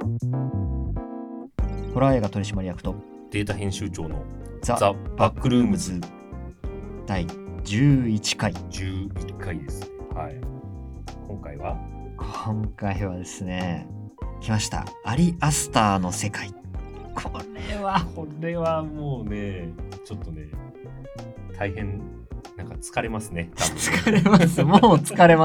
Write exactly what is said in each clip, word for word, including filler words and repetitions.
ホラー映画取締役とデータ編集長のザ・ザ・バッバックルームズだいじゅういっかい。 じゅういっかいです。はい。今回は今回はですね、来ました。アリアスターの世界。これはこれはもうね、ちょっとね、大変なんか疲れますね。 疲れます。もう疲れます。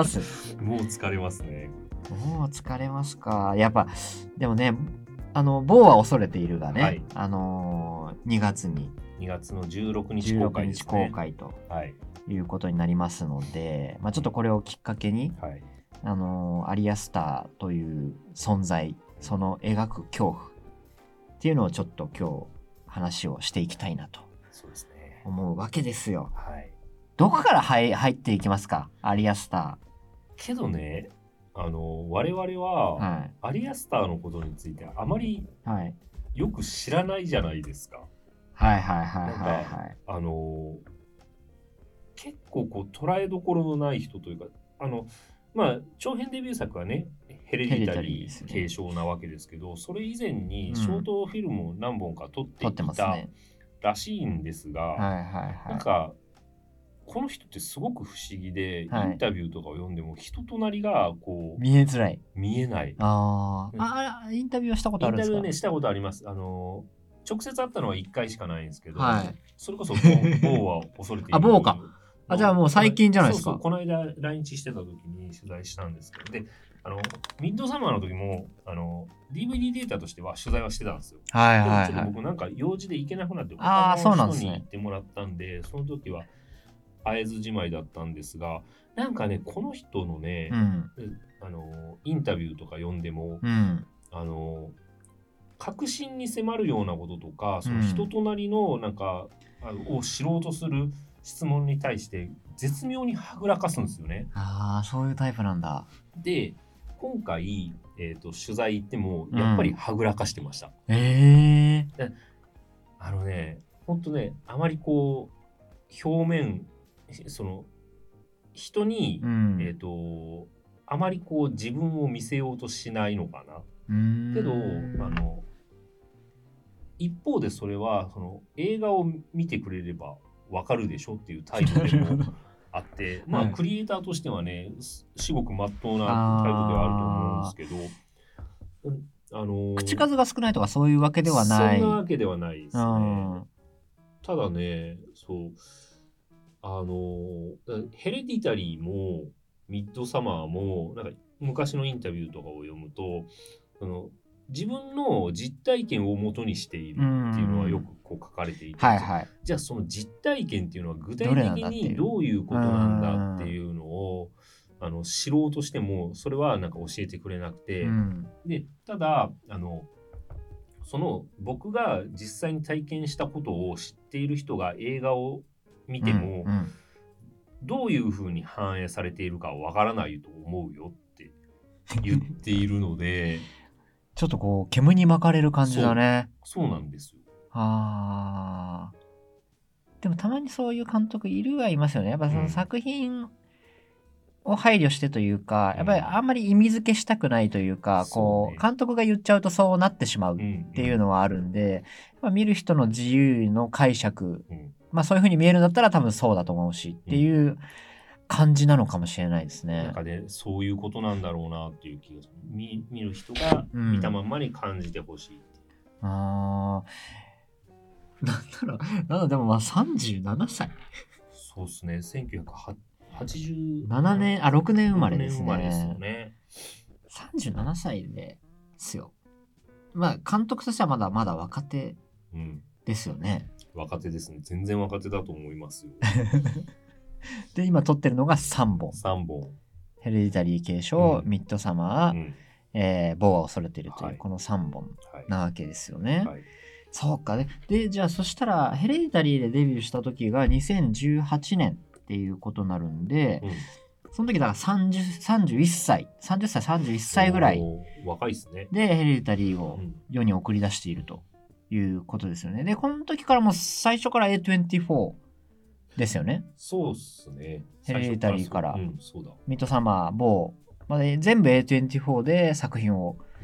もう疲れますね。 もう疲れますか。やっぱでもね、あの某は恐れているがね、 はい、 あのー、にがつににがつのじゅうろくにち公開ですね。 じゅうろくにち公開ということになりますので、はい、まあ、ちょっとこれをきっかけに、はい、あのー、アリアスターという存在、その描く恐怖っていうのをちょっと今日話をしていきたいなと思うわけですよ。はい、どこから入っていきますか、アリアスター。 けどね、あの我々は、はい、アリアスターのことについてあまりよく知らないじゃないですか。 はいはいはいはいはい。 あの結構こう捉えどころのない人というか、あのまあ長編デビュー作はね、ヘレディタリー継承なわけですけど、それ以前にショートフィルムを何本か撮っていたらしいんですが、なんかこの人ってすごく不思議で、はい、インタビューとかを読んでも人となりがこう見えづらい。 見えない。 あ、うん、あ、インタビューはしたことあるんですか？ インタビューね、したことあります。あの直接会ったのはいっかいしかないんですけど、はい、それこそ某は恐れている。 あ、某か。あ、じゃあもう最近じゃないですか。 そうそう、この間来日してた時に取材したんですけど、で、あのミッドサマーの時もあの ディーブイディー データとしては取材はしてたんですよ。 はいはいはい。 でもちょっと僕なんか用事で行けなくなって他の人に行ってもらったんで、その時は会えずじまいだったんですが、なんかね、この人のね、うん、あのインタビューとか読んでも、うん、あの確信に迫るようなこととか、その人となりのなんか、うん、を知ろうとする質問に対して絶妙にはぐらかすんですよね。 ああ、そういうタイプなんだ。 で、今回、えーと、取材行ってもやっぱりはぐらかしてました。 うん、えー、あのね、ほんとね、あまりこう表面、その人に、うん、えーと、あまりこう自分を見せようとしないのかな。けど、あの一方でそれはその映画を見てくれればわかるでしょっていう態度でもあってまあ、はい、クリエイターとしてはね、至極真っ当な態度ではあると思うんですけど、 あのー、口数が少ないとかそういうわけではない。 そんなわけではないですね。ただね、そうあのー、ヘレディタリーもミッドサマーもなんか昔のインタビューとかを読むと、その自分の実体験を元にしているっていうのはよくこう書かれていて、はいはい、じゃあその実体験っていうのは具体的にどういうことなんだっていうのをあの知ろうとしてもそれはなんか教えてくれなくて、でただあのその僕が実際に体験したことを知っている人が映画を見ても、うんうん、どういうふうに反映されているかはわからないと思うよって言っているのでちょっとこう煙に巻かれる感じだね。 そう、そうなんですよ。 あー、でもたまにそういう監督いるはいますよね。やっぱその作品を配慮してというか、うん、やっぱりあんまり意味付けしたくないというか、うん、こう監督が言っちゃうとそうなってしまうっていうのはあるんで、まあ、見る人の自由の解釈、うん、まあそういう風に見えるんだったら多分そうだと思うしっていう感じなのかもしれないですね。 なんかね、そういうことなんだろうなっていう気がする。 見, 見る人が見たまんまに感じてほしい、 うん、あー、なんだろう、なんだでもまあさんじゅうななさい。 そうですね、せんきゅうひゃくはちじゅうななねん、あ、ろくねん生まれですね。 ろくねん生まれですよね。 さんじゅうななさいですよ。まあ監督としてはまだまだ若手ですよね。 うん、若手ですね。全然若手だと思いますよ。 で今撮ってるのがさんぼん。 さんぼん。 ヘレディタリー継承、うん、ミッドサマー、うん、えー、某は恐れているという、はい、このさんぼんなわけですよね。はいはい、そうかね。で、じゃあそしたらヘレディタリーでデビューした時がにせんじゅうはちねんっていうことになるんで、うん、その時だからさんじゅう、さんじゅういっさい、さんじゅっさい、さんじゅういっさいぐらい若いですね。 でヘレディタリーを世に送り出しているということですよね。で、この時からもう最初から エーにじゅうよんですよね。 そうっすね。 ヘレディタリーからうん、そうだ。 ミッドサマー、某まで全部 エーにじゅうよん で作品を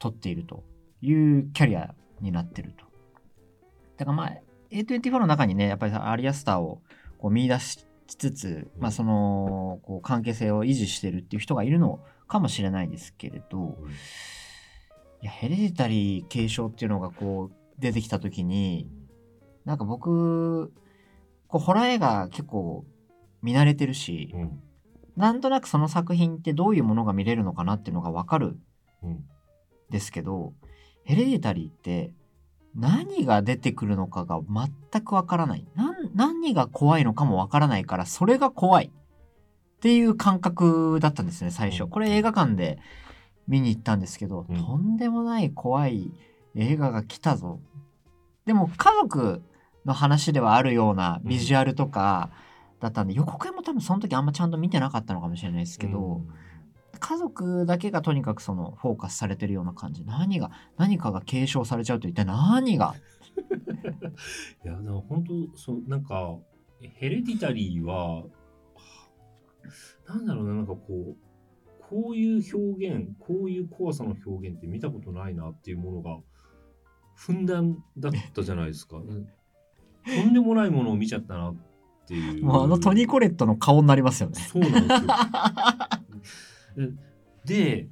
取っているというキャリアになってると。だからまあ エーにじゅうよん の中にねやっぱりアリアスターをこう見出しつつ、まあ、そのこう関係性を維持してるっていう人がいるのかもしれないですけれど、いやヘレディタリー継承っていうのがこう出てきた時になんか僕こうホラー映画結構見慣れてるし、うん、なんとなくその作品ってどういうものが見れるのかなっていうのが分かるんですけど、うん、ヘレディタリーって何が出てくるのかが全く分からない。何、何が怖いのかも分からないからそれが怖いっていう感覚だったんですね最初。これ映画館で見に行ったんですけど、うん、とんでもない怖い映画が来たぞ。でも家族の話ではあるようなビジュアルとかだったんで、予告編も多分その時あんまちゃんと見てなかったのかもしれないですけど、うん、家族だけがとにかくそのフォーカスされてるような感じ。何が何かが継承されちゃうと一体何がいやでも本当そうなんかヘレディタリーはなんだろうな、なんかこうこういう表現こういう怖さの表現って見たことないなっていうものがふんだんだったじゃないですか。とんでもないものを見ちゃったなっていう。 もうあのトニー・コレットの顔になりますよね。 そうなんですよ。で、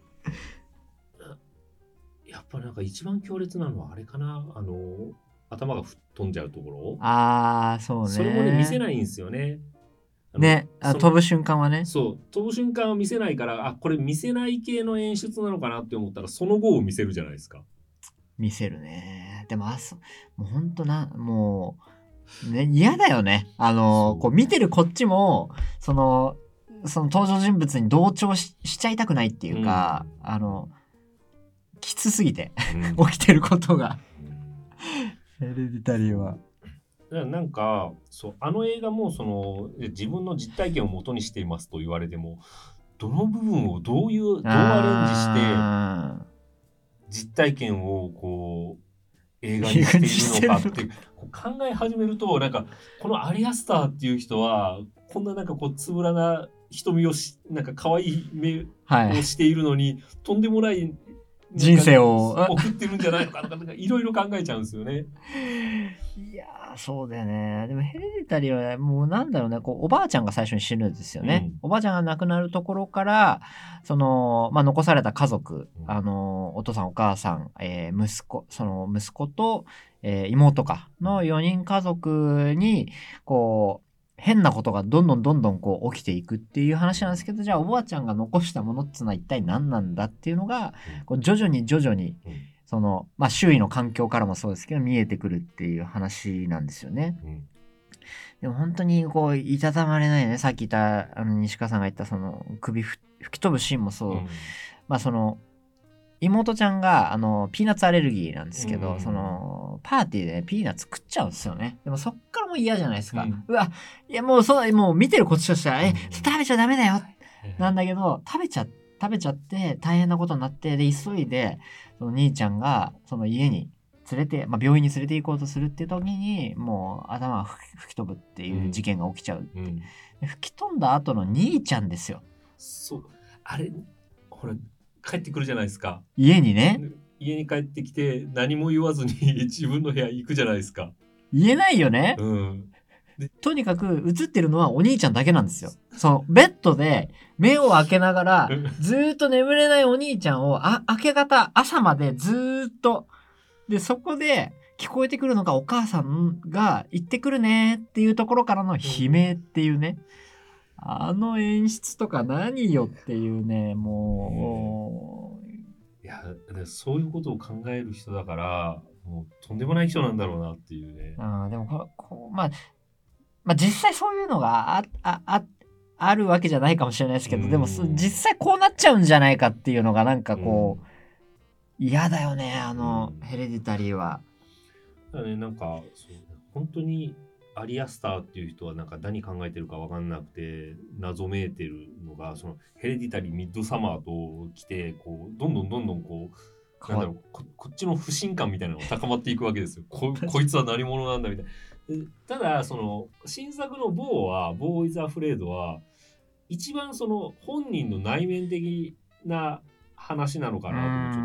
やっぱなんか一番強烈なのはあれかな、あの頭が吹っ飛んじゃうところ。 ああ、そうね。 それもね見せないんですよね。 ね、あ飛ぶ瞬間はね。 そう、飛ぶ瞬間は見せないから、あ、これ見せない系の演出なのかなって思ったら、その後を見せるじゃないですか。 見せるね。でもあそもうほんとなもうね嫌だよね。あのこう見てるこっちもそのその登場人物に同調 し, しちゃいたくないっていうか、うん、あのきつすぎて、うん、起きてることが、うん、ヘレディタリーは。 なんかそうあの映画もその自分の実体験を元にしていますと言われてもどの部分をどういうどうアレンジして実体験をこう映画にしているのかってこう考え始めるとなんかこのアリアスターっていう人はこんななんかこうつぶらな瞳をしなんか可愛い目をしているのに、はい、とんでもない人生を送ってるんじゃないのかとかいろいろ考えちゃうんですよね。 いやーそうだよね。でもヘレディタリーはもうなんだろうね、こうおばあちゃんが最初に死ぬんですよね、うん、おばあちゃんが亡くなるところからその、まあ、残された家族、うん、あのお父さんお母さん、えー、息子その息子と、えー、妹かのよにん家族にこう変なことがどんどんどんどんこう起きていくっていう話なんですけど、じゃあおばあちゃんが残したものっていうのは一体何なんだっていうのがこう徐々に徐々にその、まあ、周囲の環境からもそうですけど見えてくるっていう話なんですよね、うん、でも本当にこういたたまれないね。さっき言ったあの西川さんが言ったその首吹き飛ぶシーンもそう、うん、まあその妹ちゃんがあのピーナッツアレルギーなんですけど、うん、そのパーティーでピーナッツ食っちゃうんですよね。でもそっからも嫌じゃないですか、うん、うわいやもうそうもう見てるこっちとしては、うん、え食べちゃダメだよ、うん、なんだけど食べちゃ食べちゃって大変なことになってで急いでその兄ちゃんがその家に連れて、まあ、病院に連れて行こうとするって時にもう頭が吹き飛ぶっていう事件が起きちゃうって、うん、で吹き飛んだ後の兄ちゃんですよ。 そうあれほら帰ってくるじゃないですか家にね。 家に帰ってきて何も言わずに自分の部屋行くじゃないですか。 言えないよね、うん、とにかく映ってるのはお兄ちゃんだけなんですよ。そのベッドで目を開けながらずーっと眠れないお兄ちゃんをあ明け方朝までずーっとでそこで聞こえてくるのがお母さんが行ってくるねっていうところからの悲鳴っていうね、うん、あの演出とか何よっていうねもう、 うん、いやそういうことを考える人だからもうとんでもない人なんだろうなっていうね。 あでもここまあまあ実際そういうのがああああるわけじゃないかもしれないですけど、でも実際こうなっちゃうんじゃないかっていうのがなんかこう、うん、嫌だよねあの、うん、ヘレディタリーは。 だからねなんかそう本当にアリアスターっていう人はなんか何考えてるか分かんなくて謎めいてるのがそのヘレディタリーミッドサマーと来てこうどんどんどんどんこうなんだろう こ, こっちの不信感みたいなのが高まっていくわけですよ。こ, こいつは何者なんだみたいな。ただその新作のボーはボーイズアフレードは一番その本人の内面的な話なのかなともちょっと思って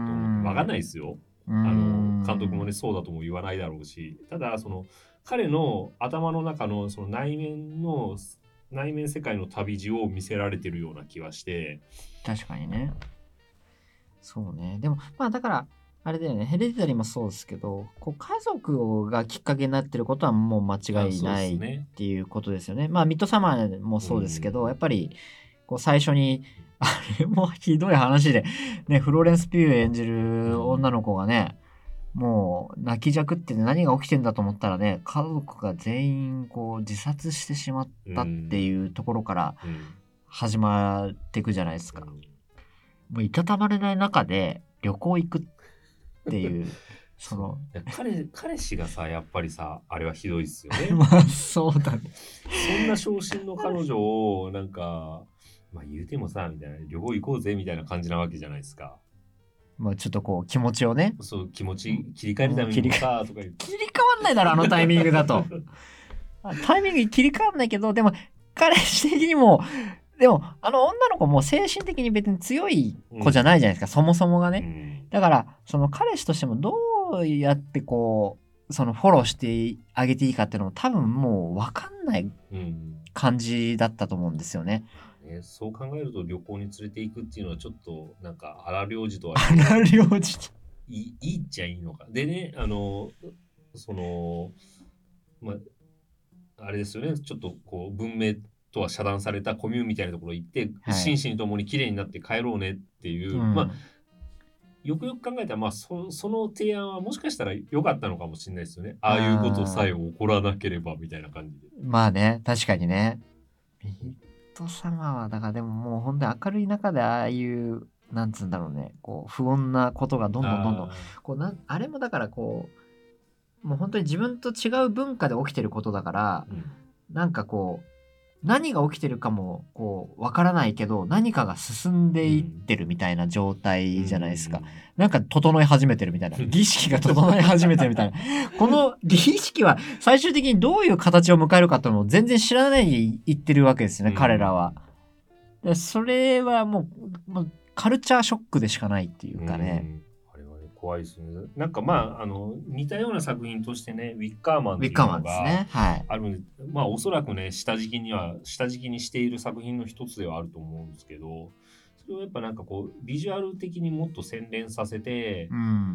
わかんないですよ。あの監督もねそうだとも言わないだろうし、ただその彼の頭の中のその内面の内面世界の旅路を見せられてるような気はして。 確かにね。そうね。でもまあだからあれだよね、ヘレディタリーもそうですけど、こう家族がきっかけになってることはもう間違いないっていうことですよね。まあミッドサマーもそうですけど、うん、やっぱりこう最初にあれもひどい話でね、フローレンス・ピュー演じる女の子がね、うん、もう泣きじゃくって何が起きてんだと思ったらね、家族が全員こう自殺してしまったっていうところから始まっていくじゃないですか。うんうん、もういたたまれない中で旅行行くっていうその彼彼氏がさやっぱりさあれはひどいっすよね。 まあそうだね。 そんな昇進の彼女をなんかまあ言うてもさみたいな旅行行こうぜみたいな感じなわけじゃないですか。 まあちょっとこう気持ちをね、 そう気持ち切り替えるためにもさとか言って切り替わんないだろあのタイミングだと。タイミング切り替わんないけどでも彼氏的にも。でもあの女の子も精神的に別に強い子じゃないじゃないですか、うん、そもそもがね、うん、だからその彼氏としてもどうやってこうそのフォローしてあげていいかっていうのも多分もう分かんない感じだったと思うんですよね、 うんね、そう考えると旅行に連れていくっていうのはちょっとなんか荒療治とは荒療治いいいいっちゃいいのかでねあのそのまああれですよねちょっとこう文明とは遮断されたコミューンみたいなところ行って、はい、心身ともに綺麗になって帰ろうねっていう、うん、まあよくよく考えたら、まあ、そ, その提案はもしかしたら良かったのかもしれないですよね。ああいうことさえ起こらなければみたいな感じで。 まあね確かにね。ミッドサマーはだからでももう本当に明るい中でああいうなんつうんだろうねこう不穏なことがどんどんどんどんこうなあれもだからこうもう本当に自分と違う文化で起きてることだから、うん、なんかこう何が起きてるかもこう分からないけど何かが進んでいってるみたいな状態じゃないですか、うん、なんか整い始めてるみたいな儀式が整い始めてるみたいなこの儀式は最終的にどういう形を迎えるかっていうのを全然知らないで言ってるわけですよね、うん、彼らは。でそれはもう、もうカルチャーショックでしかないっていうかね、うん怖いですね。なんかまああの似たような作品としてねウィッカーマンっていうのがあるんで、ねはい、まあおそらくね下敷きには下敷きにしている作品の一つではあると思うんですけど、それをやっぱなんかこうビジュアル的にもっと洗練させて、うん、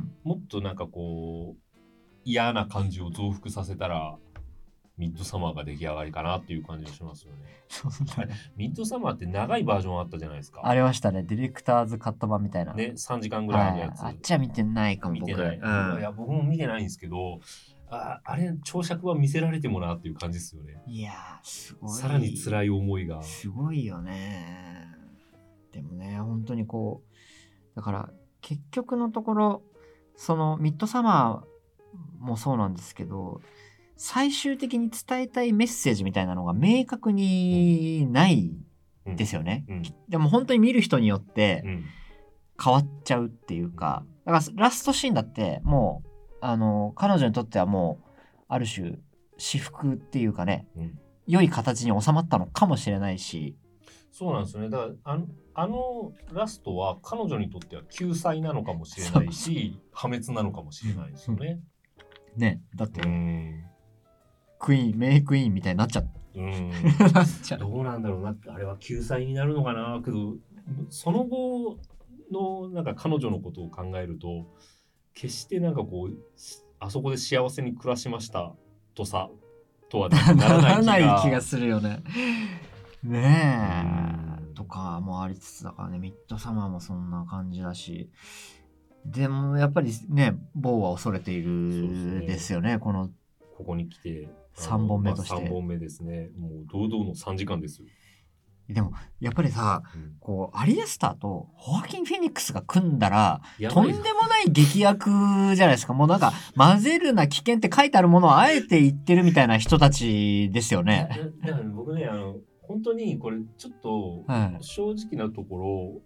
もっとなんかこう嫌な感じを増幅させたらミッドサマーが出来上がりかなっていう感じがしますよね。 そうだね。 ミッドサマーって長いバージョンあったじゃないですか。 ありましたね。ディレクターズカット版みたいな。 ね、さんじかんぐらいあるやつ。 はい、あっちは見てないかも。 見てない。うん、いや、僕も見てないんですけど、あ, あれ、長尺は見せられてもなっていう感じですよね。 いやー、すごい。 さらに辛い思いが。 すごいよね。でもね、本当にこう、だから結局のところ、そのミッドサマーもそうなんですけど、最終的に伝えたいメッセージみたいなのが明確にないですよね、うんうん、でも本当に見る人によって変わっちゃうっていうか、だからラストシーンだってもうあの彼女にとってはもうある種至福っていうかね、うん、良い形に収まったのかもしれないし。 そうなんですよね。だからあの、あのラストは彼女にとっては救済なのかもしれないし破滅なのかもしれないですよね、 うん、ねだってうんクイーンメイクイーンみたいになっちゃった。 うんどうなんだろうなってあれは救済になるのかなけどその後のなんか彼女のことを考えると決してなんかこうあそこで幸せに暮らしましたとさとはならない気がならない気がするよね。ねえとかもありつつだからねミッドサマーもそんな感じだしでもやっぱりねボーは恐れているですよねこのここに来てさんぼんめとして、まあ、 さんぼんめですね。もう堂々のさんじかんですよ。 でもやっぱりさ、うん、こうアリエスターとホアキン・フェニックスが組んだらとんでもない劇薬じゃないですか。もうなんか混ぜるな危険って書いてあるものをあえて言ってるみたいな人たちですよね。 だから僕ねあの本当にこれちょっと正直なところ、はい、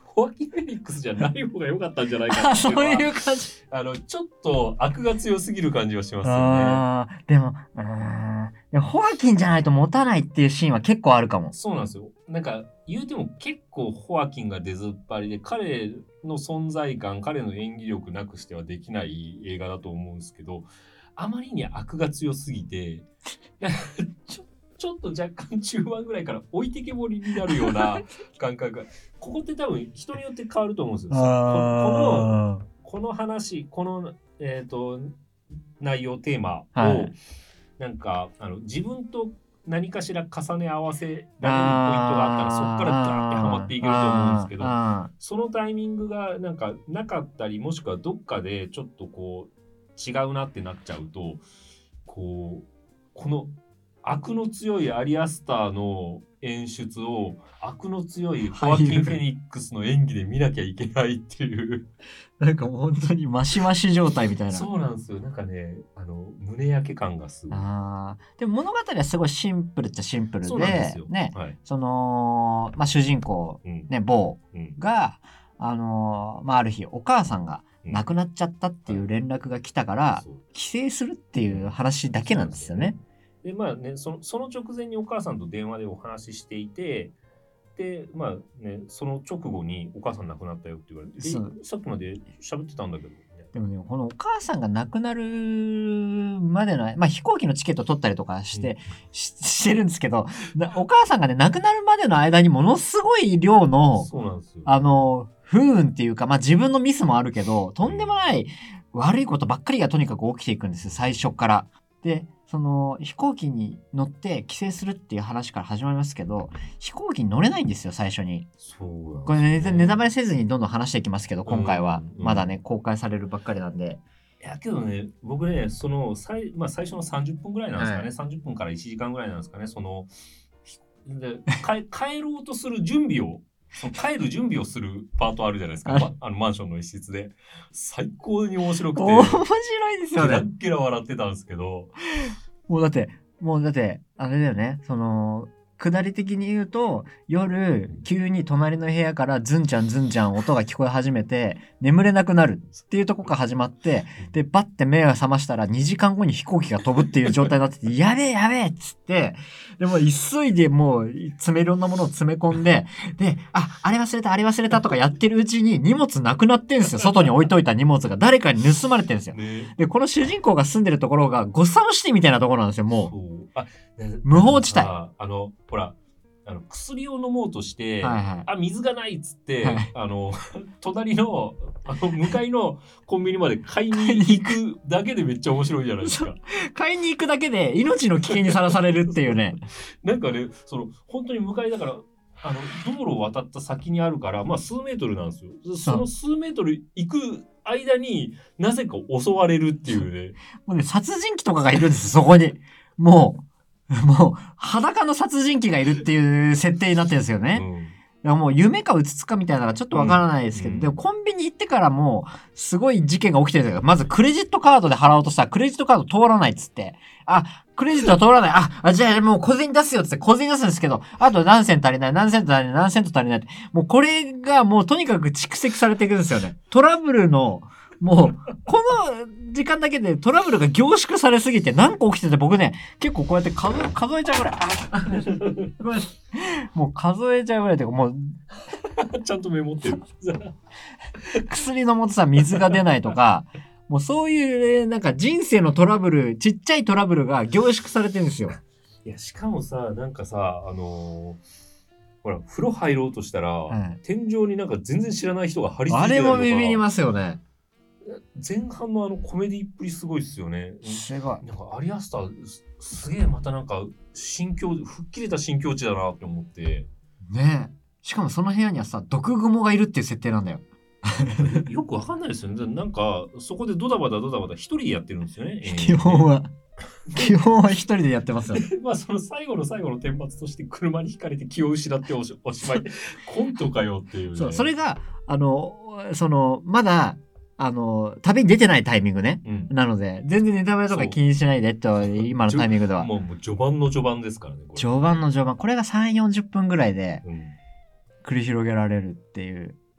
ホアキン・フェニックスじゃない方が良かったんじゃないかっていうのはそういう感じ。 あのちょっと悪が強すぎる感じはしますよね。 あーでも、うーんでもホアキンじゃないと持たないっていうシーンは結構あるかも。 そうなんですよ。なんか言うても結構ホアキンが出ずっぱりで、彼の存在感、彼の演技力なくしてはできない映画だと思うんですけど、あまりに悪が強すぎてちょちょっと若干中盤ぐらいから置いてけぼりになるような感覚がここって多分人によって変わると思うんですよ。このあーこの話この、えー、と内容テーマを、 はいなんかあの自分と何かしら重ね合わせられるポイントがあったらそこからガーってはまっていけると思うんですけど、 あそのタイミングがなんかなかったり、もしくはどっかでちょっとこう違うなってなっちゃうと、こうこの悪の強いアリアスターの演出を悪の強いホアキン・フェニックスの演技で見なきゃいけないっていうーなんかもう本当にマシマシ状態みたいな。 そうなんですよ。なんかね、あの胸焼け感がすごい。 あーでも物語はすごいシンプルっちゃシンプルで、 そうなんですよ。 ね、 はい。 その、まあ、主人公、 うん。 ね、ボうん。 ーが、あのーまあ、ある日お母さんがうん亡くなっちゃったっていう連絡が来たから、 そう帰省するっていう話だけなんですよね。 でまあね、そのその直前にお母さんと電話でお話ししていて、でまあね、その直後にお母さん亡くなったよって言われて、 そうえさっきまで喋ってたんだけど、ね、 でもね、このお母さんが亡くなるまでの、まあ、飛行機のチケット取ったりとかして、 うんししてるんですけど、なお母さんがね、亡くなるまでの間にものすごい量の、 そうなんですよ。 あの、不運っていうか、まあ、自分のミスもあるけど、とんでもない悪いことばっかりがとにかく起きていくんですよ、最初から。で、その飛行機に乗って帰省するっていう話から始まりますけど、飛行機に乗れないんですよ、最初に。 そうなんですよねこれネタネタバレせずにどんどん話していきますけど、今回はうんまだね、公開されるばっかりなんで。 いやけどね、僕ね、その最、まあ、最初のさんじゅっぷんぐらいなんですかね、 はいさんじゅっぷんからいちじかんぐらいなんですかね、そのひで帰帰ろうとする準備を、その帰る準備をするパートあるじゃないですか、 はいまあのマンションの一室で。最高に面白くて、 面白いですよゲラね。 ッゲラ笑ってたんですけど、 もうだって、もうだって、あれだよね、その、下り的に言うと、夜、急に隣の部屋からズンちゃんズンちゃん音が聞こえ始めて、眠れなくなるっていうとこから始まって、で、バッて目が覚ましたらにじかんごに飛行機が飛ぶっていう状態になってて、やべえやべえっつって、でも急いでもう、詰めいろんなものを詰め込んで、で、あ、あれ忘れた、あれ忘れたとかやってるうちに荷物なくなってんすよ。外に置いといた荷物が誰かに盗まれてんですよ。 ね、 で、この主人公が住んでるところが、ゴッサムシティみたいなところなんですよ、もう。 そうあね無法地帯ああの、ほら、あの薬を飲もうとして、 はいはいあ、水がないっつって、 はいあの、隣の、あの、向かいのコンビニまで買いに行くだけでめっちゃ面白いじゃないですか。 買いに行くだけで命の危険にさらされるっていうね。 なんかね、その、本当に向かいだから、あの、道路を渡った先にあるから、まあ数メートルなんですよ。その数メートル行く間になぜか襲われるっていうね。 もうね、殺人鬼とかがいるんですよ、そこに。もう、もう、裸の殺人鬼がいるっていう設定になってるんですよね。 うんいやもう夢かうつつかみたいなのがちょっとわからないですけど、 うんでもコンビニ行ってからもすごい事件が起きてるんですよ。まずクレジットカードで払おうとしたらクレジットカード通らないっつって、あ、クレジットは通らない、あ、あじゃあもう小銭出すよっつって小銭出すんですけど、あと何銭足りない、何セント足りない、何セント足りないって、もうこれがもうとにかく蓄積されていくんですよね。トラブルの、もう、この時間だけでトラブルが凝縮されすぎて何個起きてて僕ね、結構こうやって数え、数えちゃうぐらい、あごめんなさいもう数えちゃうぐらいというか、もうちゃんとメモってる。 薬飲もうとさ水が出ないとか、もうそういう、なんか人生のトラブル、ちっちゃいトラブルが凝縮されてるんですよ。 いや、しかもさ、なんかさ、あのーほら、風呂入ろうとしたら、 はい天井になんか全然知らない人が張り付いあれてたりとか。 もビビりますよね。 前半のあのコメディっぷりすごいっすよね。 すごい。 なんかアリアスターすすげえまたなんか心境吹っ切れた心境値だなって思ってねえ。しかもその部屋にはさ、毒蜘蛛がいるっていう設定なんだよ。 よくわかんないですよね。なんかそこでドタバタドタバタ一人でやってるんですよね。 基本は。基本は一人でやってますよ。 まあその最後の最後の天罰として車にひかれて気を失っておしおしまいコントかよっていう、ね、 そう、それが、あの、その、まだ、あの、旅に出てないタイミングね。 うん、 なので、全然ネタバレとか気にしないでと、今のタイミングでは。 もうもう序盤の序盤ですからね。 序盤の序盤。これがさんじゅう、よんじゅっぷんぐらいでうん、 繰り広げられるっていう。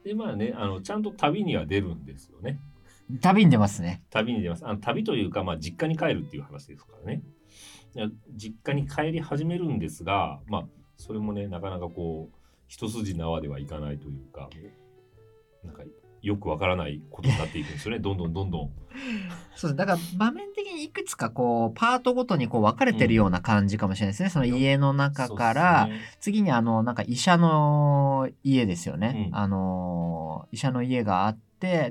でまあねあのちゃんと旅には出るんですよね。 旅に出ますね。 旅に出ます。あの旅というか、まあ、実家に帰るっていう話ですからね。いや実家に帰り始めるんですが、まあそれもねなかなかこう一筋縄ではいかないというか、なんかよくわからないことになっていくんですよね。どんどんどんどん。 そうです。だから場面的にいくつかこうパートごとにこう分かれてるような感じかもしれないですね。その家の中そうっすから、 ね。 次にあのなんか医者の家ですよね。 うんあの医者の家があって、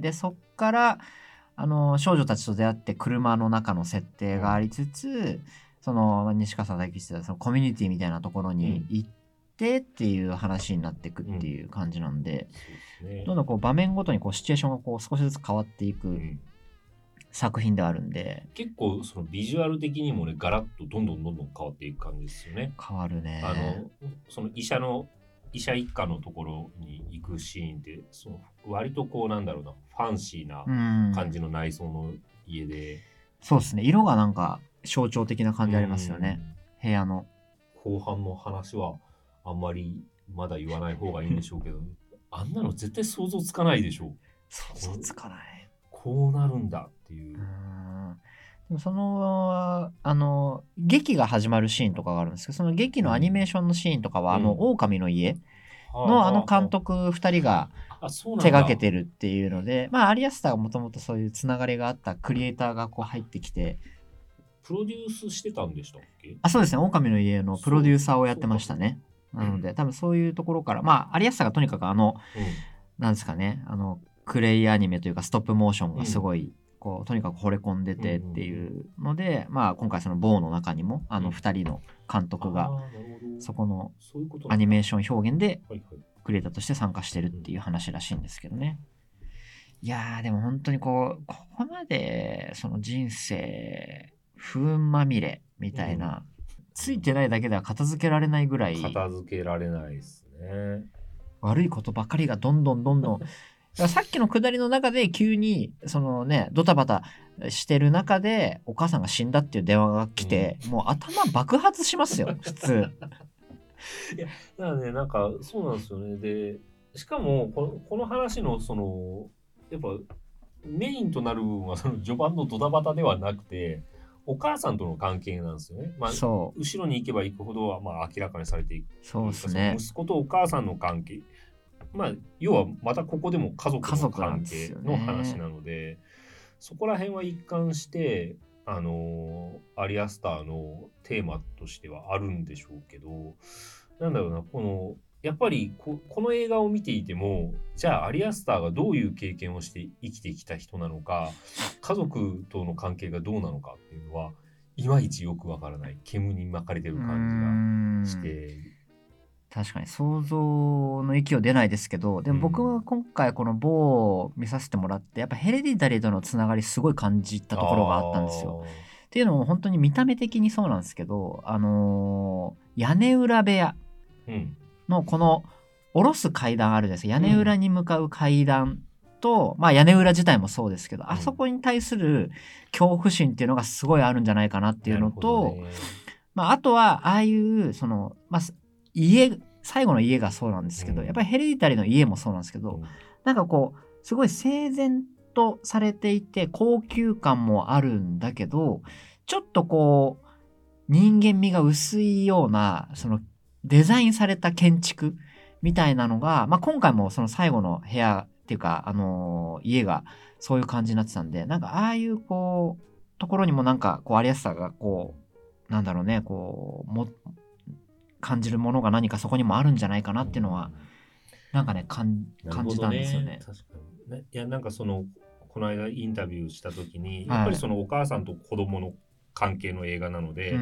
でそっからあの少女たちと出会って車の中の設定がありつつ、その西川さんが言ってたそのコミュニティみたいなところに行ってっていう話になっていくっていう感じなんで、 そうですね。 どんどんこう場面ごとにこうシチュエーションがこう少しずつ変わっていくうん作品ではあるんで、 結構そのビジュアル的にもねガラッとどんどんどんどん変わっていく感じですよね。 変わるね。 あのその医者の医者一家のところに行くシーンってその割とこうなんだろうなファンシーなうん感じの内装の家で、 そうですね。色がなんか象徴的な感じありますよね。部屋の。 後半の話はあんまりまだ言わない方がいいんでしょうけどあんなの絶対想像つかないでしょう。 想像つかない。 こうなるんだっていう。 うんでもそのあの劇が始まるシーンとかがあるんですけど、その劇のアニメーションのシーンとかは、 うん、 あの狼の家ののあの監督ふたりが手がけてるっていうので、まあアリアスターがもともとそういうつながりがあったクリエイターがこう入ってきて、 プロデュースしてたんでしたっけ？ あ、そうですね。狼の家のプロデューサーをやってましたね。なので、多分そういうところから、まあ、アリアスターがとにかくあの、 うん、 なんですかね、あの、クレイアニメというか、ストップモーションがすごい、うん、こう、とにかく惚れ込んでてっていうので、うん、まあ、今回そのボーの中にも、あの、二人の監督が、そこのアニメーション表現で、クリエイターとして参加してるっていう話らしいんですけどね。いやー、でも本当にこう、ここまで、その人生、不運まみれみたいな、うん、ついてないだけでは片付けられないぐらい片付けられないですね。 悪いことばかりがどんどんどんどんさっきのくだりの中で急にそのねドタバタしてる中でお母さんが死んだっていう電話が来て、うん、もう頭爆発しますよ普通。 いやだからねなんかそうなんですよね。でしかもこのこの話のそのやっぱメインとなる部分はその序盤のドタバタではなくてお母さんとの関係なんですよね。まあ、後ろに行けば行くほどはまあ明らかにされていく。 そうですね。 息子とお母さんの関係。まあ、要はまたここでも家族の関係の話なので、そこら辺は一貫して、あのー、アリアスターのテーマとしてはあるんでしょうけど、なんだろうな、この、やっぱり こ, この映画を見ていてもじゃあアリアスターがどういう経験をして生きてきた人なのか家族との関係がどうなのかっていうのはいまいちよくわからない煙に巻かれてる感じがして確かに想像の域を出ないですけどでも僕は今回この某を見させてもらってやっぱヘレディタリーとのつながりすごい感じたところがあったんですよ。っていうのも本当に見た目的にそうなんですけどあのー、屋根裏部屋、うんのこの下ろす階段あるじゃないですか。屋根裏に向かう階段と、うん、まあ屋根裏自体もそうですけど、うん、あそこに対する恐怖心っていうのがすごいあるんじゃないかなっていうのと、まああとはああいうそのまあ家最後の家がそうなんですけど、うん、やっぱりヘレディタリーの家もそうなんですけど、うん、なんかこうすごい整然とされていて高級感もあるんだけど、ちょっとこう人間味が薄いようなそのデザインされた建築みたいなのが、まあ、今回もその最後の部屋っていうか、あのー、家がそういう感じになってたんで、なんかああいうこう、ところにもなんかこう、ありやすさがこう、なんだろうね、こう、も、感じるものが何かそこにもあるんじゃないかなっていうのは、なんかね、感じたんですよね。 確かにね。いや、なんかその、この間インタビューした時に、やっぱりそのお母さんと子供の関係の映画なので、うん、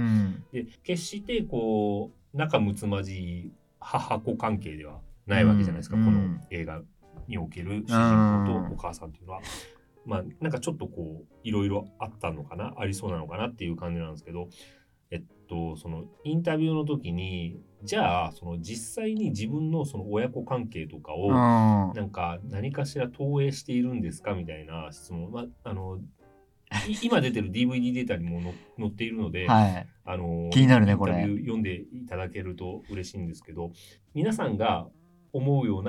で決してこう仲睦まじい母子関係ではないわけじゃないですか、うん、この映画における主人公とお母さんというのは、うん、まあなんかちょっとこういろいろあったのかなありそうなのかなっていう感じなんですけど、えっとそのインタビューの時にじゃあその実際に自分のその親子関係とかをなんか何かしら投影しているんですかみたいな質問、まあ、あの今出てる ディーブイディー データにも載っているので、 はい、 あの気になるねこれ。 インタビュー読んでいただけると嬉しいんですけど、皆さんが思うような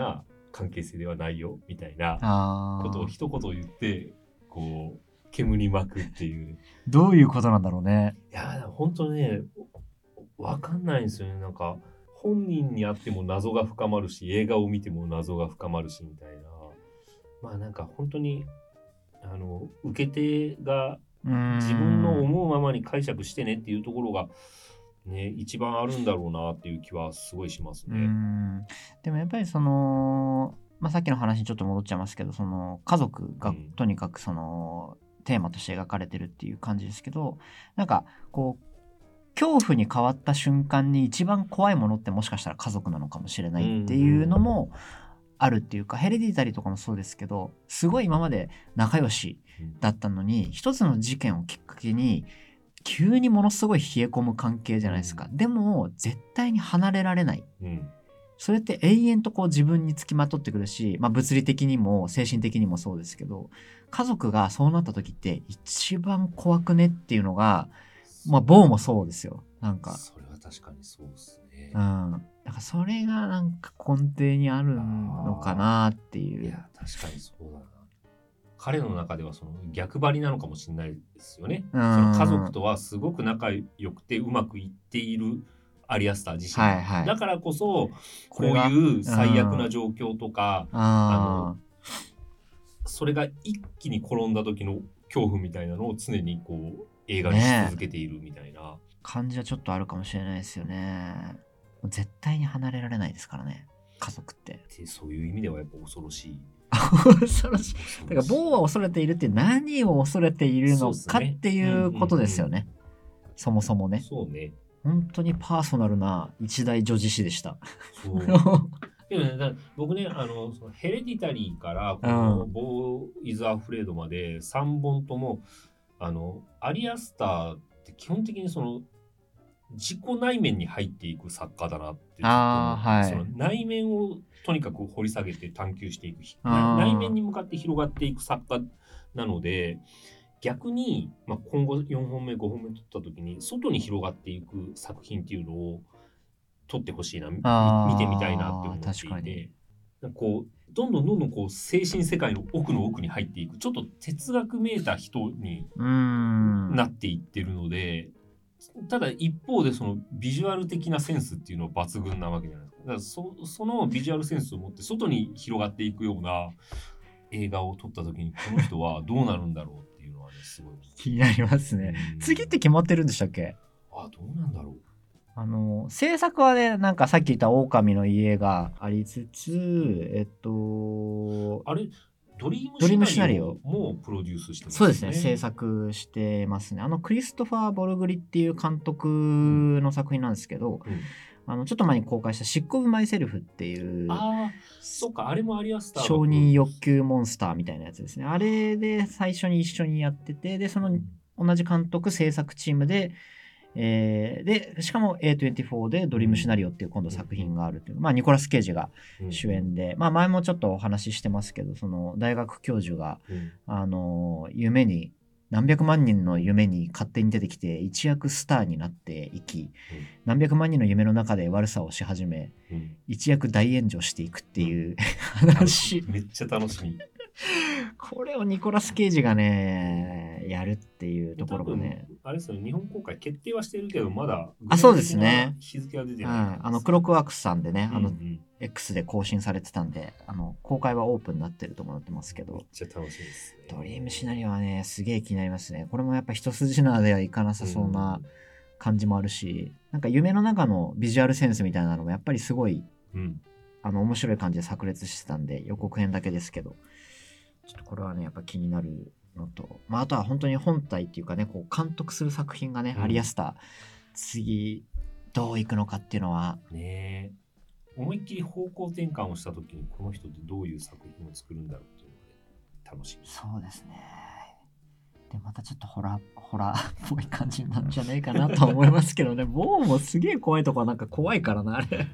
関係性ではないよみたいなあことを一言言ってこう煙に巻くっていう。 どういうことなんだろうね。 いや本当ねわかんないんですよね。なんか本人にあっても謎が深まるし、映画を見ても謎が深まるしみたいな。まあなんか本当にあの受け手が自分の思うままに解釈してねっていうところがね一番あるんだろうなっていう気はすごいしますね。 うーんでもやっぱりその、まあ、さっきの話にちょっと戻っちゃいますけど、その家族がうんとにかくそのテーマとして描かれてるっていう感じですけど、なんかこう恐怖に変わった瞬間に一番怖いものってもしかしたら家族なのかもしれないっていうのもあるっていうか、ヘレディタリーとかもそうですけど、すごい今まで仲良しだったのに一つの事件をきっかけに急にものすごい冷え込む関係じゃないですか。でも絶対に離れられない。 うんそれって永遠とこう自分につきまとってくるし、まあ、物理的にも精神的にもそうですけど、家族がそうなった時って一番怖くねっていうのが、まあ、ボーもそうですよ。なんか、 それは確かにそうですね。 うん。だからそれがなんか根底にあるのかなっていう。 いや確かにそうだな。彼の中ではその逆張りなのかもしれないですよね。 うんその家族とはすごく仲良くてうまくいっているアリアスター自身、 はいはい、 だからこそこうこれがいう最悪な状況とか、 うん、 ああのそれが一気に転んだ時の恐怖みたいなのを常にこう映画にし続けているみたいな、 ね、感じはちょっとあるかもしれないですよね。絶対に離れられないですからね、家族って。 でそういう意味ではやっぱ恐ろしい。 恐ろしい。だからボーは恐れているって何を恐れているのかっていうことですよね。そもそもね。 そうね。 本当にパーソナルな一大女子誌でした。 そうでもね、だ僕ね、あのそのヘレディタリーからこのボーイズ・アフレードまでさんぼんともあのアリアスターって基本的にその自己内面に入っていく作家だなってずっと思って、はい、その内面をとにかく掘り下げて探求していく、内面に向かって広がっていく作家なので、逆に、まあ、今後よんほんめごほんめ撮った時に外に広がっていく作品っていうのを撮ってほしいな、見てみたいなって思っていて、こうどんどんどんどんこう精神世界の奥の奥に入っていく、ちょっと哲学めいた人になっていってるので、ただ一方でそのビジュアル的なセンスっていうのは抜群なわけじゃないですか。だから そ, そのビジュアルセンスを持って外に広がっていくような映画を撮った時にこの人はどうなるんだろうっていうのはね、すごい気になりますね。次って決まってるんでしたっけ？ あ、どうなんだろう。 あの制作はね、なんかさっき言った狼の家がありつつ、えっとあれドリームシナリオもプロデュースしてますね。 そうですね、制作してますね。あのクリストファー・ボルグリっていう監督の作品なんですけど、うん、あのちょっと前に公開したシック・オブ・マイ・セルフっていう、 ああ、そうか、あれもアリアスター承認欲求モンスターみたいなやつですね。あれで最初に一緒にやってて、でその同じ監督制作チームで、えー、でしかも エートゥエンティフォー でドリームシナリオっていう今度作品があるという、まあニコラス・ケイジが主演で、まあ前もちょっとお話ししてますけど、その大学教授が、あの夢に何百万人の夢に勝手に出てきて一躍スターになっていき、何百万人の夢の中で悪さをし始め、一躍大炎上していくっていう話。 めっちゃ楽しみ。 これをニコラス・ケイジがねやるっていうところもね、 あれですよね、日本公開決定はしてるけどまだあそうですね、 日付は出てない、 はい、あのクロックワークスさんでね、あの、うんうん、X で更新されてたんで、あの公開はオープンになってると思ってますけど、 めっちゃ楽しみですね。 ドリームシナリオはねすげえ気になりますね。これもやっぱ一筋縄ではいかなさそうな感じもあるし、うん、なんか夢の中のビジュアルセンスみたいなのもやっぱりすごい、うん、あの面白い感じで炸裂してたんで、予告編だけですけどちょっとこれはねやっぱ気になるのと、まあ、あとは本当に本体っていうかね、こう監督する作品がね、うん、アリアスター次どういくのかっていうのはね、思いっきり方向転換をした時にこの人ってどういう作品を作るんだろうっていうので楽しみ。 そうですね。でまたちょっとホラーホラーっぽい感じなんじゃないかなと思いますけどね。ボーもすげえ怖いとこはなんか怖いからなあれ。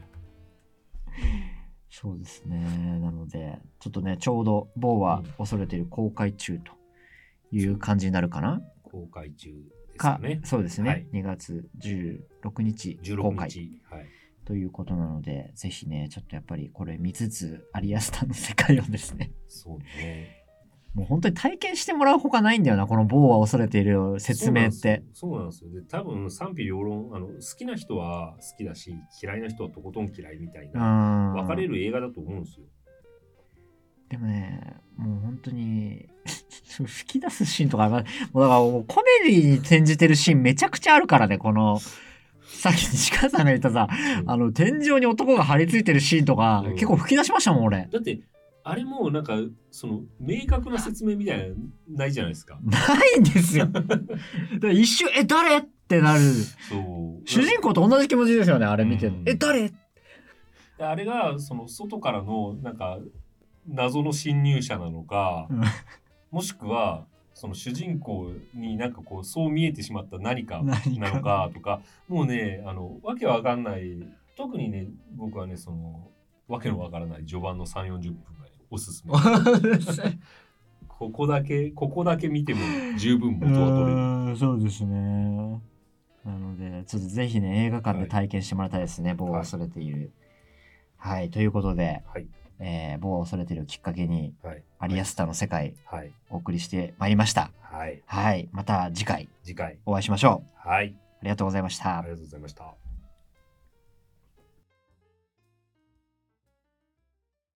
そうですね。なのでちょっとね、ちょうどボーは恐れている公開中という感じになるかな。 公開中ですかね。 そうですね、はい、にがつじゅうろくにち公開じゅうろくにち、はい、 ということなので、ぜひね、ちょっとやっぱりこれ見つつ、アリアスターの世界をですね、 そうね。 もう本当に体験してもらうほかないんだよな、この某は恐れている説明って。 そうなんですよ。そうなんですよ。で、多分賛否両論、あの、好きな人は好きだし、嫌いな人はとことん嫌いみたいな、分かれる映画だと思うんですよ。 でもね、もう本当に、吹き出すシーンとか、もうだからもうコメディに転じてるシーンめちゃくちゃあるからね、この、さっき西川さんが言ったさ、うん、あの、天井に男が張り付いてるシーンとか、うん、結構吹き出しましたもん、俺。 だって、あれもなんか、その、明確な説明みたいな、ないじゃないですか。 ないんですよ。だから一瞬、え、誰ってなる。そう。主人公と同じ気持ちですよね、あれ見てる。うん、え、誰あれが、その、外からの、なんか、謎の侵入者なのか、うん、もしくは、その主人公になんかこう、そう見えてしまった何かなのかとか、もうね、あの、わけわかんない、特にね、僕はね、その、わけのわからない序盤のさんじゅう、よんじゅっぷんがおすすめ。ここだけ、ここだけ見ても十分元は取れる。 そうですね。なので、ちょっとぜひね、映画館で体験してもらいたいですね、はい、某は恐れている。はい、はい、ということで、はい、えー、某は恐れているきっかけに、はい、アリアスターの世界、はい、お送りしてまいりました。はい。はい、また次回、次回お会いしましょう。はい。ありがとうございました。 ありがとうございました。